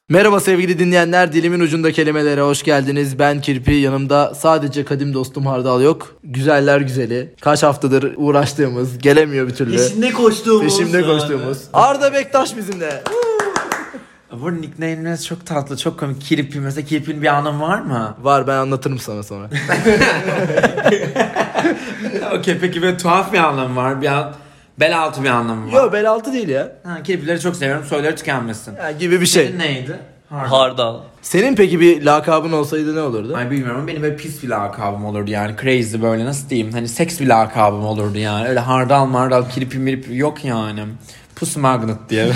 Merhaba sevgili dinleyenler, dilimin ucunda kelimelere hoş geldiniz. Ben Kirpi, yanımda sadece kadim dostum Hardal yok. Güzeller güzeli, kaç haftadır uğraştığımız, gelemiyor bir türlü. Peşinde koştuğumuz. Arda Bektaş bizimle. Bu nickname'leriniz çok tatlı, çok komik. Kirpi, mesela Kirpi'nin bir anlamı var mı? Var, ben anlatırım sana sonra. Okey, peki böyle tuhaf bir anlamı var. Bel altı bir anlamı var. Yok, bel altı değil ya. Kirpileri çok seviyorum, soyları tükenmesin. Ya, gibi bir şey. Senin neydi? Hardal. Senin peki bir lakabın olsaydı ne olurdu? Ay bilmiyorum, benim böyle pis bir lakabım olurdu yani. Crazy, böyle nasıl diyeyim, hani seks bir lakabım olurdu yani. Öyle hardal, kirpi mirpi yok yani. Pussy magnet diye.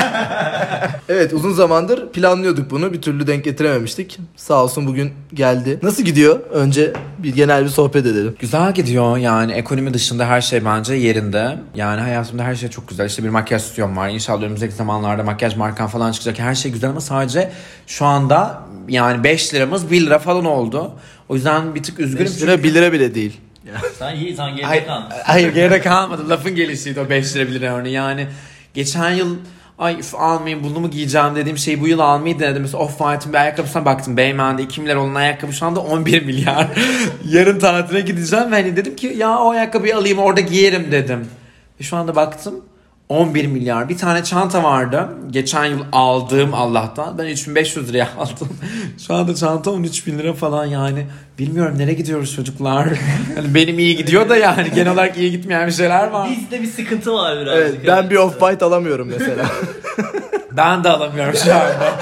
Evet, uzun zamandır planlıyorduk bunu, bir türlü denk getirememiştik. Sağ olsun bugün geldi. Nasıl gidiyor? Önce bir genel bir sohbet edelim. Güzel gidiyor yani, ekonomi dışında her şey bence yerinde. Yani hayatımda her şey çok güzel. İşte bir makyaj stüdyom var. İnşallah önümüzdeki zamanlarda makyaj markan falan çıkacak. Her şey güzel ama sadece şu anda yani 5 liramız 1 lira falan oldu. O yüzden bir tık üzgünüm. 5 lira 1 lira bile değil. Sen geride kal. Hayır, geride kalmadım. Lafın gelişiydi o 5 lira 1 lira örneği. Yani geçen yıl almayayım, bunu mu giyeceğim dediğim şeyi bu yıl almayı denedim. Mesela Off-White'ın bir ayakkabısına baktım. Beymen'de 2 milyar olan ayakkabı şu anda 11 milyar. Yarın tatile gideceğim ve hani dedim ki ya o ayakkabıyı alayım, orada giyerim dedim. Ve şu anda baktım 11 milyar. Bir tane çanta vardı. Geçen yıl aldığım, Allah'tan. Ben 3500 liraya aldım. Şu anda çanta 13 bin lira falan yani. Bilmiyorum nereye gidiyoruz çocuklar. Yani benim iyi gidiyor da yani genel olarak iyi gitmeyen bir şeyler var. Bizde bir sıkıntı var birazcık. Evet, ben bir Off-White alamıyorum mesela. Ben de alamıyorum şu anda.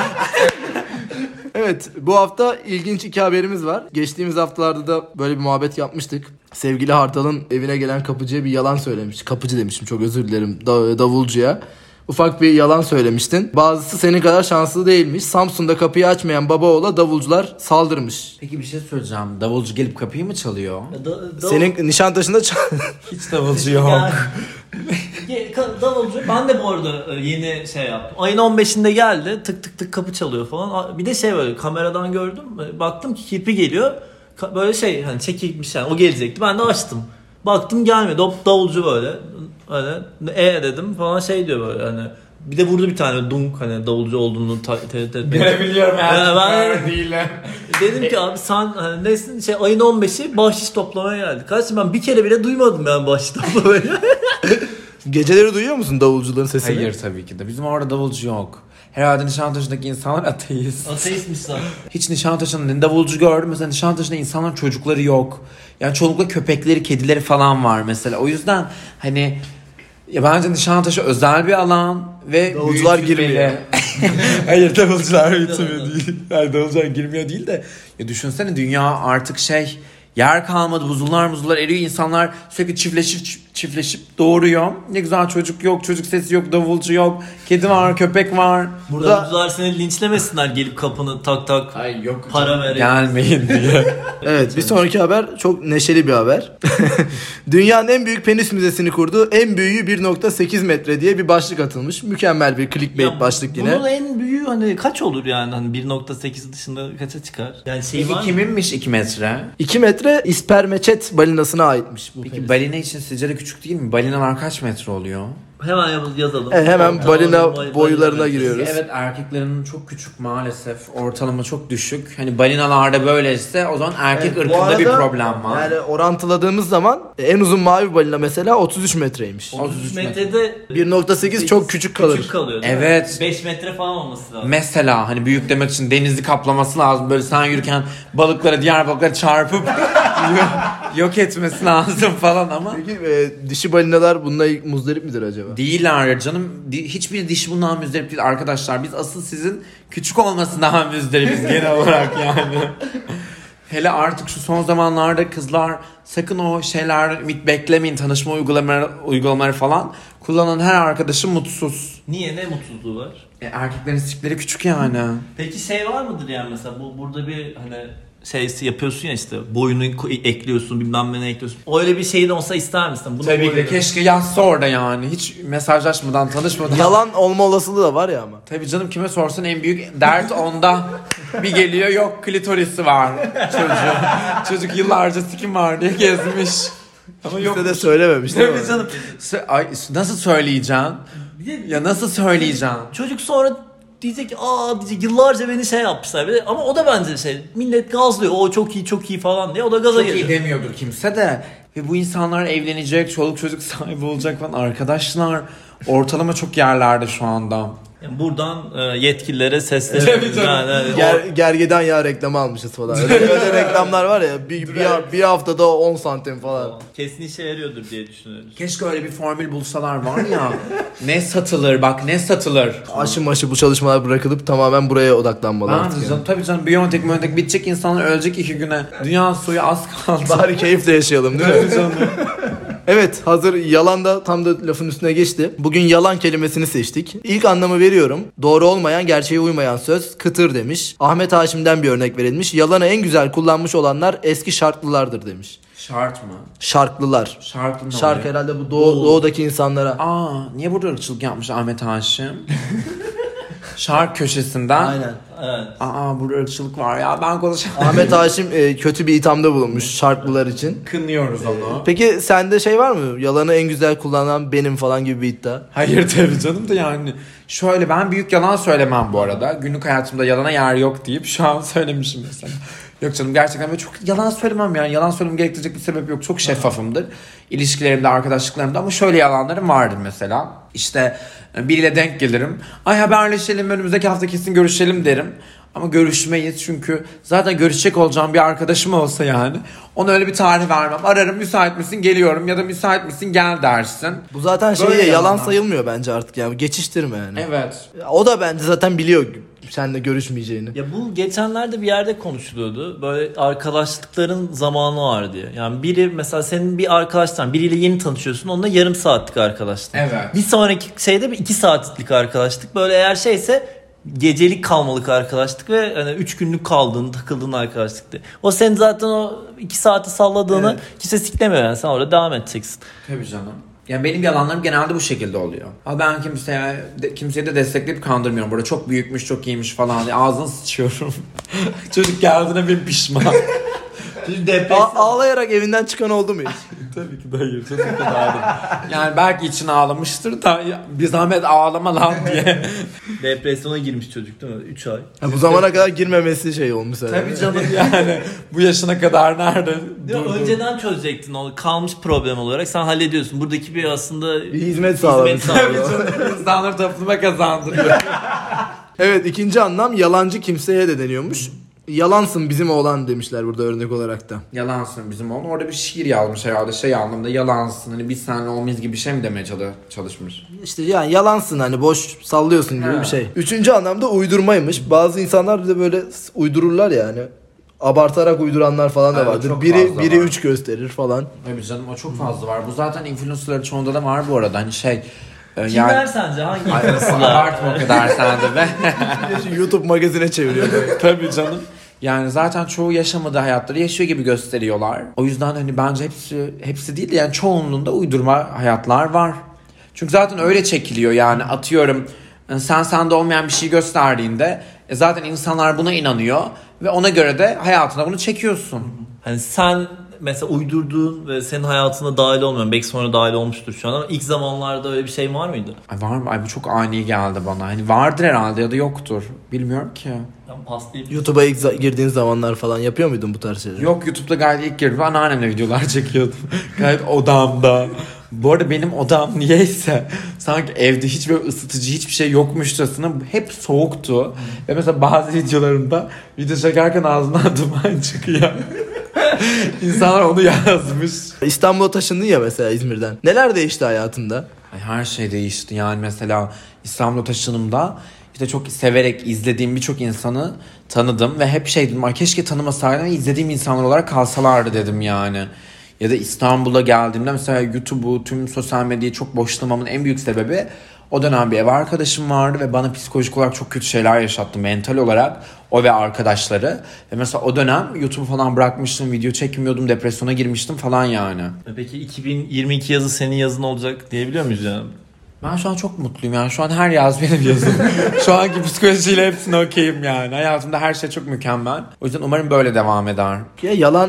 Evet, bu hafta ilginç 2 haberimiz var. Geçtiğimiz haftalarda da böyle bir muhabbet yapmıştık. Sevgili Hardal'ın evine gelen kapıcıya bir yalan söylemiş. Kapıcı demişim, çok özür dilerim, davulcuya. Ufak bir yalan söylemiştin. Bazısı senin kadar şanslı değilmiş. Samsun'da kapıyı açmayan baba oğula davulcular saldırmış. Peki bir şey söyleyeceğim. Davulcu gelip kapıyı mı çalıyor? Senin Nişantaşı'nda Hiç davulcu yok. Davulcu. Ben de bu arada yeni şey yaptım. Ayın 15'inde geldi. Tık tık tık kapı çalıyor falan. Bir de şey, böyle kameradan gördüm. Baktım ki Kirpi geliyor. Böyle şey, hani çekilmiş yani, o gelecekti. Ben de açtım. Baktım gelmedi. Davulcu böyle. Hani dedim falan, şey diyor böyle hani. Bir de vurdu bir tane dunk, hani davulcu olduğunu Görebiliyorum yani. Ben değilim. dedim ki abi sen hani nesin, şey, ayın 15'i bahşiş toplamaya geldik. Kardeşim ben bir kere bile duymadım yani bahşiş toplamayı. Geceleri duyuyor musun davulcuların sesini? Hayır, tabii ki de. Bizim orada davulcu yok. Herhalde Nişantaşı'ndaki insanlar ateist. Ateistmiş lan. Hiç Nişantaşı'nda davulcu gördüm. Mesela Nişantaşı'nda insanların çocukları yok. Yani çoğunlukla köpekleri, kedileri falan var mesela. O yüzden hani ya bence Nişantaşı özel bir alan ve davulcular girmiyor. Hayır, davulcular bitmiyor değil. Yani davulcular girmiyor değil de ya düşünsene, dünya artık şey, yer kalmadı, buzullar eriyor, insanlar sürekli çiftleşip doğuruyor. Ne güzel, çocuk yok, çocuk sesi yok, davulcu yok, kedi var, köpek var. Davulcular seni linçlemesinler gelip kapını tak tak. Ay yok, para vereyim, gelmeyin diye. Evet, bir sonraki haber çok neşeli bir haber. Dünyanın en büyük penis müzesini kurdu. En büyüğü 1.8 metre diye bir başlık atılmış. Mükemmel bir clickbait başlık yine. Bunun en büyüğü hani kaç olur yani? Hani 1.8 dışında kaça çıkar? Yani şey Peki var mı? kiminmiş 2 metre? 2 metre ispermeçet balinasına aitmiş bu Peki penis. balina için sizce de küçük değil mi? Balinalar kaç metre oluyor? Hemen yazalım. Hemen Ortalama balina boylarına giriyoruz. Evet, erkeklerin çok küçük maalesef. Ortalama çok düşük. Hani balinalarda böyleyse o zaman erkek Bu ırkında arada, bir problem var. Yani orantıladığımız zaman en uzun mavi balina mesela 33 metreymiş. 33 metrede 1.8 çok küçük kalır. Küçük kalıyor değil Evet. mi? 5 metre falan olması lazım. Mesela hani büyük demek için denizi kaplaması lazım. Böyle sen yürürken diğer balıklara çarpıp yok etmesi lazım falan ama. Peki dişi balinalar bununla muzdarip midir acaba? Değiller ya canım. Hiçbir dişi bundan müzdarip değil arkadaşlar. Biz asıl sizin küçük olmasından müzdaripiz genel olarak yani. Hele artık şu son zamanlarda kızlar sakın o şeyler beklemeyin, tanışma uygulamaları falan. Kullanan her arkadaşım mutsuz. Niye, ne mutsuzluğu var? Erkeklerin sikleri küçük yani. Peki şey var mıdır yani, mesela burada bir hani şeysi yapıyorsun ya, işte boyunu ekliyorsun, bilmem ne ekliyorsun. Öyle bir şey de olsa ister misin? Bunu Tabii ki de, keşke yazsa orada yani. Hiç mesajlaşmadan, tanışmadan. Yalan olma olasılığı da var ya ama. Tabii canım, kime sorsan en büyük dert onda. Bir geliyor, yok klitorisi var çocuğun. Çocuk yıllarca sikim var diye gezmiş. Ama yok. Kimse de söylememiş değil mi? Tabii canım. Nasıl söyleyeceğim? Ya nasıl söyleyeceğim? Çocuk sonra diyecek ki diyecek yıllarca beni şey yapmışlar. Ama o da bence millet gazlıyor. O çok iyi çok iyi falan diye. O da gaza Çok geliyor. iyi demiyordur kimse de. Ve bu insanlar evlenecek, çoluk çocuk sahibi olacak falan. Arkadaşlar ortalama çok yerlerde şu anda. Yani buradan yetkililere sesleniyoruz. Gergedan yağı reklamı almışız falan. Öyle reklamlar var ya bir haftada 10 santim falan. Kesin işe yarıyordur diye düşünüyoruz. Keşke öyle bir formül bulsalar var ya. Ne satılır bak ne satılır. Aşı bu çalışmalar bırakılıp tamamen buraya odaklanmalı artık. Tabii canım Biontech bitecek, insanlar ölecek 2 güne. Dünya suyu az kaldı. Bari keyifle yaşayalım değil mi? Evet, hazır yalan da tam da lafın üstüne geçti. Bugün yalan kelimesini seçtik. İlk anlamı veriyorum. Doğru olmayan, gerçeğe uymayan söz kıtır demiş. Ahmet Haşim'den bir örnek verilmiş. Yalanı en güzel kullanmış olanlar eski şarklılardır demiş. Şart mı? Şarklılar. Şarkı ne Şark oluyor? herhalde bu doğudaki insanlara. Niye burada ırkçılık yapmış Ahmet Haşim? Şark köşesinden. Aynen. Evet. Burada ırkçılık var ya, ben konuşamam. Ahmet Haşim kötü bir ithamda bulunmuş şarklılar için. Kınıyoruz onu. Peki sende var mı? Yalanı en güzel kullanan benim falan gibi bir iddia. Hayır tabii canım da yani. Şöyle, ben büyük yalan söylemem bu arada. Günlük hayatımda yalana yer yok deyip şu an söylemişim mesela. Yok canım, gerçekten böyle çok yalan söylemem yani. Yalan söylemem gerektirecek bir sebep yok. Çok şeffafımdır. İlişkilerimde, arkadaşlıklarımda, ama şöyle yalanlarım vardır mesela. İşte biriyle denk gelirim. Ay haberleşelim, önümüzdeki hafta kesin görüşelim derim. Ama görüşmeyiz, çünkü zaten görüşecek olacağım bir arkadaşım olsa yani ona öyle bir tarih vermem. Ararım, müsait misin, geliyorum, ya da müsait misin, gel dersin. Bu zaten yalan sayılmıyor bence artık yani. Geçiştirme yani. Evet. O da bence zaten biliyor seninle görüşmeyeceğini. Ya bu geçenlerde bir yerde konuşuluyordu. Böyle arkadaşlıkların zamanı var diye. Yani biri mesela senin bir arkadaştan, biriyle yeni tanışıyorsun. Onunla yarım saatlik arkadaşlık. Evet. Bir sonraki bir 2 saatlik arkadaşlık. Böyle eğer gecelik kalmalık arkadaşlık ve 3 günlük takıldığın arkadaşlıktı. O senin zaten o 2 saati salladığını kimse siklemiyor yani. Sen orada devam edeceksin. Tabii canım. Yani benim yalanlarım genelde bu şekilde oluyor. Ama ben kimseyi de destekleyip kandırmıyorum. Burada çok büyükmüş, çok iyiymiş falan diye ağzına sıçıyorum. Çocuk geldiğine bir pişman. Ağlayarak evinden çıkan oldu mu hiç? Tabii ki de hayır. Çocuk da yani belki içine ağlamıştır da bir zahmet ağlama lan diye. Depresyona girmiş çocuk değil mi? 3 ay. Bu zamana kadar girmemesi olmuş herhalde. Tabii canım yani. Bu yaşına kadar nerede? Önceden çözecektin onu. Kalmış problem olarak sen hallediyorsun. Buradaki bir aslında bir hizmet sağlamış. Tabii canım. İnsanları topluma kazandırıyor. Evet, ikinci anlam yalancı kimseye de deniyormuş. Yalansın bizim oğlan demişler burada örnek olarak da. Yalansın bizim oğlan. Orada bir şiir yazmış herhalde anlamda, yalansın. Hani biz seninle olmayız gibi bir şey mi demeye çalışmış? İşte yani yalansın, hani boş sallıyorsun gibi bir şey. Üçüncü anlamda uydurmaymış. Bazı insanlar da böyle uydururlar yani. Abartarak uyduranlar falan da vardır. Biri 3 gösterir falan. Tabii canım, o çok fazla var. Bu zaten influencerların çoğunda da var bu arada. Hani Kimler sence? Hangi influencerlar? Abartma o kadar sen de be. YouTube magazine çeviriyor. Tabii canım. Yani zaten çoğu yaşamadığı hayatları yaşıyor gibi gösteriyorlar. O yüzden hani bence hepsi değil de yani çoğunluğunda uydurma hayatlar var. Çünkü zaten öyle çekiliyor yani, atıyorum sende olmayan bir şey gösterdiğinde zaten insanlar buna inanıyor ve ona göre de hayatına bunu çekiyorsun. Hani sen mesela uydurduğun ve senin hayatına dahil olmayan, belki sonra dahil olmuştur şu an, ama ilk zamanlarda öyle bir şey var mıydı? Var mı? Bu çok ani geldi bana. Hani vardır herhalde ya da yoktur. Bilmiyorum ki. YouTube'a ilk girdiğin zamanlar falan yapıyor muydun bu tarz şeyleri? Yok, YouTube'da gayet ilk girdim. Anneannemle videolar çekiyordum. Gayet odamda. Bu arada benim odam niyeyse sanki evde hiç böyle ısıtıcı hiçbir şey yokmuşçasına hep soğuktu. Ve mesela bazı videolarımda video çekerken ağzından duman çıkıyor. İnsanlar onu yazmış. İstanbul'a taşındın ya mesela İzmir'den. Neler değişti hayatında? Her şey değişti yani. Mesela İstanbul'a taşınımda işte çok severek izlediğim birçok insanı tanıdım ve hep dedim, keşke tanımasaydım ve izlediğim insanlar olarak kalsalardı dedim yani. Ya da İstanbul'a geldiğimde mesela YouTube'u, tüm sosyal medyayı çok boşlamamın en büyük sebebi, o dönem bir ev arkadaşım vardı ve bana psikolojik olarak çok kötü şeyler yaşattı mental olarak, o ve arkadaşları. Ve mesela o dönem YouTube'u falan bırakmıştım, video çekmiyordum, depresyona girmiştim falan yani. Peki 2022 yazı senin yazın olacak diyebiliyor muyuz yani? Ben şu an çok mutluyum yani, şu an her yaz benim yazım. Şu anki psikolojiyle hepsine okeyim yani. Hayatımda her şey çok mükemmel. O yüzden umarım böyle devam eder. Ya yalan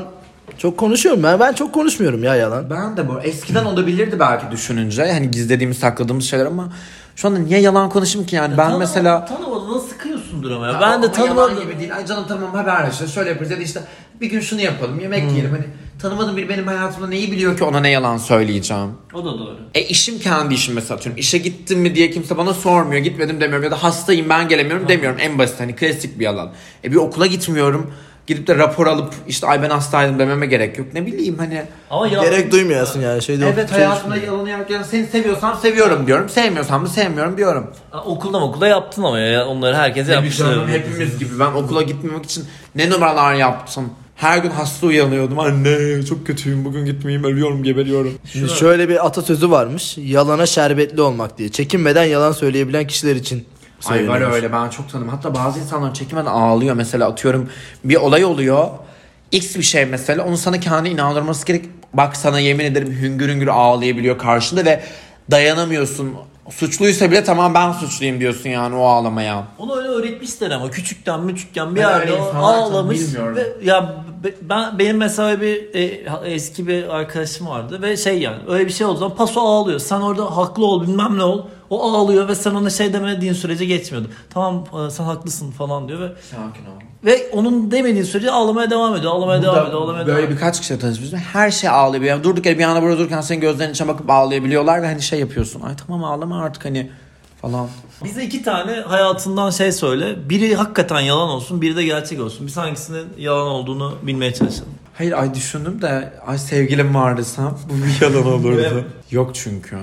Çok konuşuyorum ben çok konuşmuyorum ya yalan. Ben de bu eskiden olabilirdi belki düşününce hani gizlediğimiz sakladığımız şeyler ama şu anda niye yalan konuşayım ki yani ben mesela tanımadığına sıkıyorsundur ama ya. Ya Ben de ama yalan tanımadım. gibi değil. Ay canım tamam haberleşiriz şöyle yaparız ya da işte bir gün şunu yapalım yemek yiyelim hani tanımadığım biri benim hayatımda neyi biliyor ki ona ne yalan söyleyeceğim. O da doğru. İşim kendi işim mesela atıyorum. İşe gittim mi diye kimse bana sormuyor. Gitmedim demiyorum ya da hastayım ben gelemiyorum demiyorum. En basit hani klasik bir yalan. Bir okula gitmiyorum. Gidip de rapor alıp işte ay ben hastaydım dememe gerek yok. Ne bileyim hani. Ama Gerek duymuyorsun yani. Evet hayatımda yalanı yapıyorum. Seni seviyorsam seviyorum diyorum. Sevmiyorsam da sevmiyorum diyorum. Okulda yaptın ama ya onları herkese yapmışlar. Hepimiz gibi. Ben okula gitmemek için ne numaralar yaptım. Her gün hasta uyanıyordum. Anne çok kötüyüm bugün gitmeyeyim ölüyorum geberiyorum. Şimdi şöyle bir atasözü varmış. Yalana şerbetli olmak diye. Çekinmeden yalan söyleyebilen kişiler için Ay var söyleniyormuş. öyle ben çok tanıdım. Hatta bazı insanlar çekinmeden ağlıyor. Mesela atıyorum bir olay oluyor. X bir şey mesela onu sana kendi inandırması gerek. Bak sana yemin ederim hüngür hüngür ağlayabiliyor karşında ve dayanamıyorsun. Suçluysa bile tamam ben suçluyum diyorsun yani o ağlamaya. Onu öyle öğretmişler ama küçükken bir Ben yerde öyle insanlar ağlamış bilmiyorum. ve ya benim mesela bir eski bir arkadaşım vardı ve yani öyle bir şey olduğu zaman paso ağlıyor. Sen orada haklı ol bilmem ne ol. O ağlıyor ve sen ona şey demediğin sürece geçmiyordu. Tamam sen haklısın falan diyor ve Sakin ol. ve onun demediğin sürece ağlamaya devam ediyor. Ağlamaya devam ediyor. Böyle birkaç kişiyle tanışmışız. Her şey ağlayabiliyor. Yani durduk yere bir anda burada dururken senin gözlerinin içine bakıp ağlayabiliyorlar ve hani şey yapıyorsun. Ay tamam ağlama artık hani falan. Bize 2 tane hayatından söyle. Biri hakikaten yalan olsun, biri de gerçek olsun. Biz hangisinin yalan olduğunu bilmeye çalışalım. Hayır ay düşündüm de ay sevgilim var desem bu bir yalan olurdu. Evet. Yok çünkü.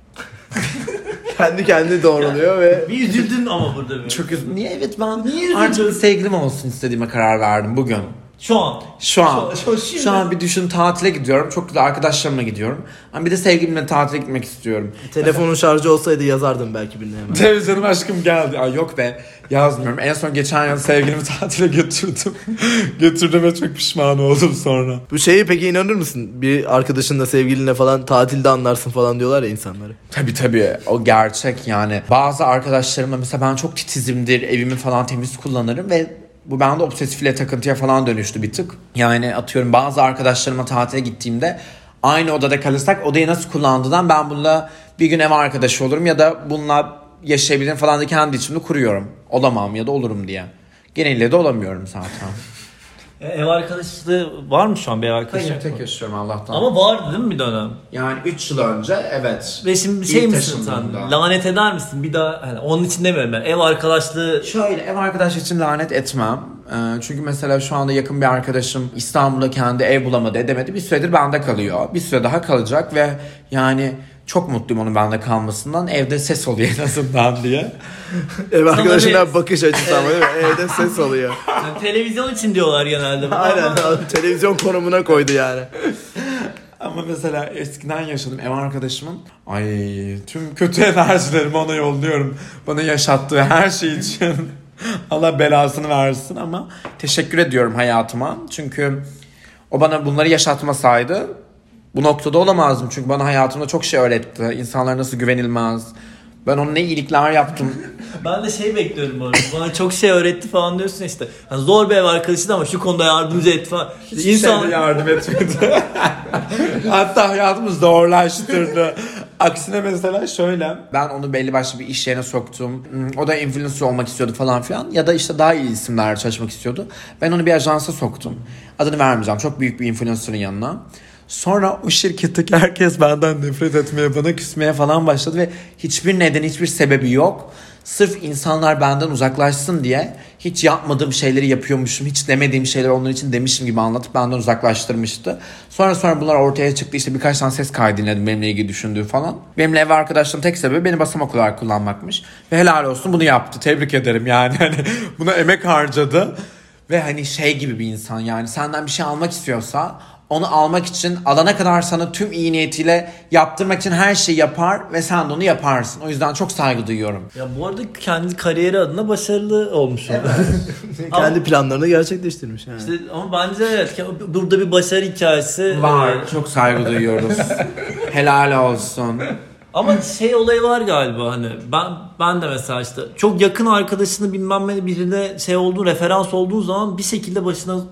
Kendi kendini doğruluyor ve Bir üzüldün ama burada bir. Çok üzüldüm. Niye evet ben Niye artık üzüldün? bir sevgilim olsun istediğime karar verdim bugün. Şu an. Şimdi. Şu an bir düşün tatile gidiyorum. Çok güzel arkadaşlarımla gidiyorum. Ama bir de sevgilimle tatile gitmek istiyorum. telefonun şarjı olsaydı yazardım belki birine hemen. Tabii canım aşkım geldi. Ay yok be yazmıyorum. En son geçen yıl sevgilimi tatile götürdüm. Götürdüm ve çok pişman oldum sonra. Bu şeyi peki inanır mısın? Bir arkadaşınla sevgilinle falan tatilde anlarsın falan diyorlar ya insanları. Tabii o gerçek yani. Bazı arkadaşlarımla mesela ben çok titizimdir. Evimi falan temiz kullanırım ve bu bende obsesifle takıntıya falan dönüştü bir tık. Yani atıyorum bazı arkadaşlarıma tatile gittiğimde aynı odada kalırsak odayı nasıl kullandığından ben bununla bir gün ev arkadaşı olurum ya da bununla yaşayabilirim falan da kendi içimde kuruyorum. Olamam ya da olurum diye. Genelde de olamıyorum zaten. Ev arkadaşlığı var mı şu an bir ev arkadaşı? Hayır tek yaşıyorum Allah'tan. Ama vardı değil mi bir dönem? Yani 3 yıl önce evet. Ve şimdi İlk misin sen? taşındığımda. Lanet eder misin? Bir daha hani onun için demiyorum ben. Ev arkadaşlığı Şöyle ev arkadaş için lanet etmem. Çünkü mesela şu anda yakın bir arkadaşım İstanbul'da kendi ev bulamadı edemedi. Bir süredir bende kalıyor. Bir süre daha kalacak ve yani çok mutluyum onun bende kalmasından. Evde ses oluyor en azından diye. Ev arkadaşına bir- bakış açısı ama değil mi? Evde ses oluyor. yani televizyon için diyorlar genelde. bunu Aynen ama- televizyon konumuna koydu yani. Ama mesela eskiden yaşadım ev arkadaşımın. Ay tüm kötü enerjilerimi ona yolluyorum. Bana yaşattığı her şey için. Allah belasını versin ama teşekkür ediyorum hayatıma. Çünkü o bana bunları yaşatmasaydı bu noktada olamazdım. Çünkü bana hayatımda çok şey öğretti. İnsanlara nasıl güvenilmez. Ben ona ne iyilikler yaptım. Ben de bekliyorum bu arada. Bana çok şey öğretti falan diyorsun işte. Hani zor bir ev arkadaşı ama şu konuda yardımcı et falan. İnsan yardım etmedi. Hatta hayatımı zorlaştırdı. Aksine mesela şöyle. Ben onu belli başlı bir iş yerine soktum. O da influencer olmak istiyordu falan filan. Ya da işte daha iyi isimlerle çalışmak istiyordu. Ben onu bir ajansa soktum. Adını vermeyeceğim. Çok büyük bir influencer'ın yanına. Sonra o şirketteki herkes benden nefret etmeye, bana küsmeye falan başladı ve hiçbir nedeni, hiçbir sebebi yok. Sırf insanlar benden uzaklaşsın diye hiç yapmadığım şeyleri yapıyormuşum, hiç demediğim şeyleri onlar için demişim gibi anlatıp benden uzaklaştırmıştı. Sonra bunlar ortaya çıktı. İşte birkaç tane ses kaydı dinledim benimle ilgili düşündüğü falan. Benimle ev arkadaşlığım tek sebebi beni basamak olarak kullanmakmış. Ve helal olsun bunu yaptı. Tebrik ederim yani. Hani buna emek harcadı. Ve hani şey gibi bir insan yani senden bir şey almak istiyorsa onu almak için alana kadar sana tüm iyi niyetiyle yaptırmak için her şeyi yapar ve sen de onu yaparsın. O yüzden çok saygı duyuyorum. Ya bu arada kendi kariyeri adına başarılı olmuş. Kendi planlarını gerçekleştirmiş yani. İşte ama bence evet burada bir başarı hikayesi Var. Çok saygı duyuyoruz. Helal olsun. Ama olayı var galiba hani ben de mesela işte çok yakın arkadaşını bilmem ne birine olduğu referans olduğu zaman bir şekilde başına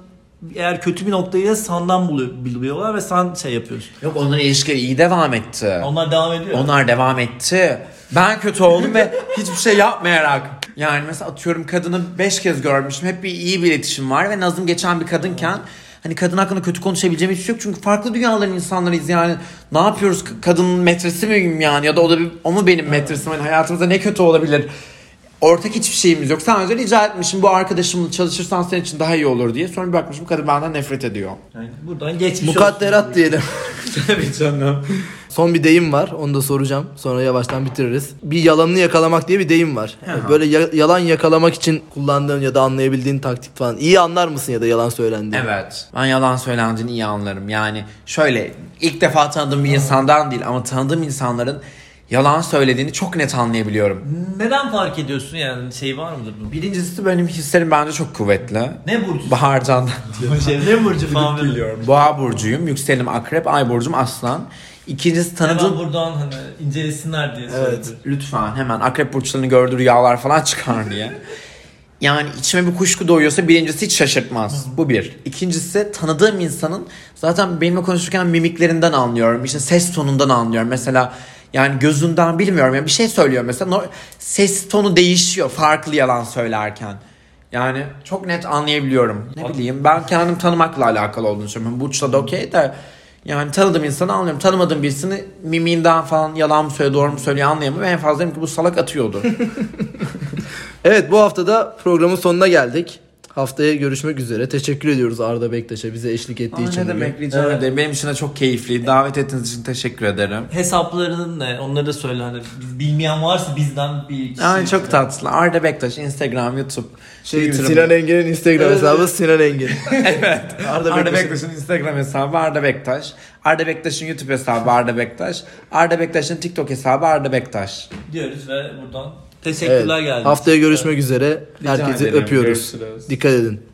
eğer kötü bir noktayı sandan buluyorlar ve sen şey yapıyorsun. Yok, onların ilişkileri iyi devam etti. Onlar devam ediyor. Onlar devam etti. Ben kötü oldum ve hiçbir şey yapmayarak. Yani mesela atıyorum, kadını 5 kez görmüşüm. Hep iyi bir iletişim var ve Nazım geçen bir kadınken hani kadın hakkında kötü konuşabileceğim hiçbir şey yok. Çünkü farklı dünyaların insanlarıyız yani. Ne yapıyoruz? Kadının metresi miyim yani? Ya da o mu benim metresim? Hani hayatımızda ne kötü olabilir? Ortak hiçbir şeyimiz yok. Sadece rica etmişim, bu arkadaşımla çalışırsan senin için daha iyi olur diye. Sonra bir bakmışım kadın benden nefret ediyor. Yani buradan geçmiş Mukadderat diyelim. Tabii canım. Son bir deyim var. Onu da soracağım. Sonra yavaştan bitiririz. Bir yalanını yakalamak diye bir deyim var. Aha. Böyle yalan yakalamak için kullandığın ya da anlayabildiğin taktik falan. İyi anlar mısın ya da yalan söylendiğini? Evet. Ben yalan söylendiğini iyi anlarım. Yani şöyle, ilk defa tanıdığım bir insandan değil ama tanıdığım insanların yalan söylediğini çok net anlayabiliyorum. Neden fark ediyorsun yani, şey var mıdır bunun? Birincisi, benim hislerim bence çok kuvvetli. Ne burcu? Bahar Can'dan Ne burcu falan biliyorum. Boğa burcuyum. Yükselenim Akrep, Ay burcum Aslan. İkincisi Hemen tanıdığım... buradan hani incelesinler diye Evet. söyledim. Lütfen hemen Akrep burçlarını gördüğü rüyalar falan çıkar diye. Yani içime bir kuşku doğuyorsa birincisi hiç şaşırtmaz. Bu bir. İkincisi, tanıdığım insanın zaten benimle konuşurken mimiklerinden anlıyorum. İşte ses tonundan anlıyorum. Mesela yani gözünden bilmiyorum. Yani bir şey söylüyor mesela. Ses tonu değişiyor farklı yalan söylerken. Yani çok net anlayabiliyorum. Ne bileyim, ben kendim tanımakla alakalı olduğunu düşünüyorum. Burçla da okey de yani tanıdığım insanı anlıyorum. Tanımadığım birisini mimiğinden falan yalan mı söylüyor, doğru mu söylüyor anlayamam. En fazla dedim ki bu salak atıyordu. Evet, bu hafta da programın sonuna geldik. Haftaya görüşmek üzere. Teşekkür ediyoruz Arda Bektaş'a bize eşlik ettiği için. Ne demek, bugün. rica ederim. Benim için de çok keyifli. Davet ettiğiniz için teşekkür ederim. Hesaplarının ne? Onları da söyle, hani bilmeyen varsa bizden bir kişi. Yani çok tatlı. Arda Bektaş, Instagram, YouTube. Twitter'ım. Sinan Engin'in Instagram hesabı Sinan Engin. Evet. Arda Arda Bektaş'ın- Bektaş'ın Instagram hesabı Arda Bektaş. Arda Bektaş'ın YouTube hesabı Arda Bektaş. Arda Bektaş'ın TikTok hesabı Arda Bektaş. diyoruz ve buradan teşekkürler Evet. geldi. Haftaya görüşmek üzere. Rica Herkesi ederim. öpüyoruz. Görüşürüz. Dikkat edin.